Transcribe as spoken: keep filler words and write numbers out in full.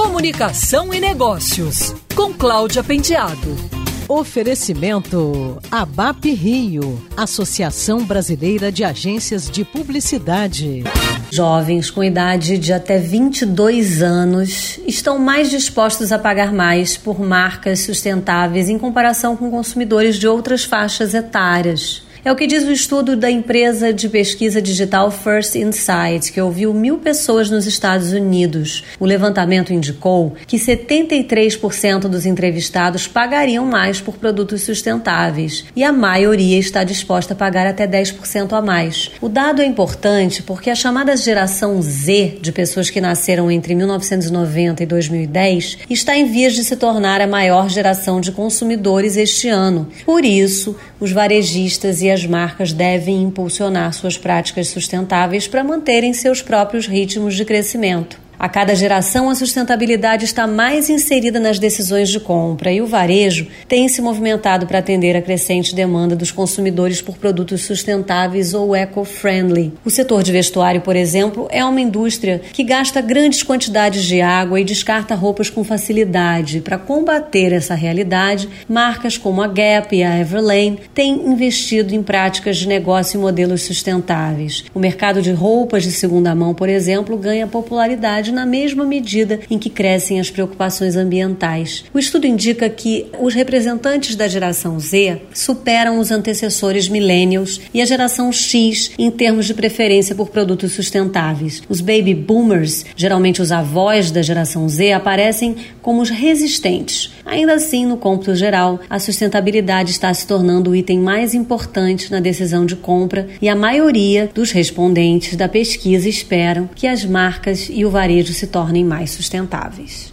Comunicação e Negócios, com Cláudia Penteado. Oferecimento A B A P Rio, Associação Brasileira de Agências de Publicidade. Jovens com idade de até vinte e dois anos estão mais dispostos a pagar mais por marcas sustentáveis em comparação com consumidores de outras faixas etárias. É o que diz o estudo da empresa de pesquisa digital First Insight, que ouviu mil pessoas nos Estados Unidos. O levantamento indicou que setenta e três por cento dos entrevistados pagariam mais por produtos sustentáveis e a maioria está disposta a pagar até dez por cento a mais. O dado é importante porque a chamada geração Z, de pessoas que nasceram entre mil novecentos e noventa e dois mil e dez, está em vias de se tornar a maior geração de consumidores este ano. Por isso, os varejistas e as marcas devem impulsionar suas práticas sustentáveis para manterem seus próprios ritmos de crescimento. A cada geração, a sustentabilidade está mais inserida nas decisões de compra e o varejo tem se movimentado para atender a crescente demanda dos consumidores por produtos sustentáveis ou eco-friendly. O setor de vestuário, por exemplo, é uma indústria que gasta grandes quantidades de água e descarta roupas com facilidade. Para combater essa realidade, marcas como a Gap e a Everlane têm investido em práticas de negócio e modelos sustentáveis. O mercado de roupas de segunda mão, por exemplo, ganha popularidade na mesma medida em que crescem as preocupações ambientais. O estudo indica que os representantes da geração Z superam os antecessores millennials e a geração X em termos de preferência por produtos sustentáveis. Os baby boomers, geralmente os avós da geração Z, aparecem como os resistentes. Ainda assim, no cômputo geral, a sustentabilidade está se tornando o item mais importante na decisão de compra e a maioria dos respondentes da pesquisa esperam que as marcas e o varejo se tornem mais sustentáveis.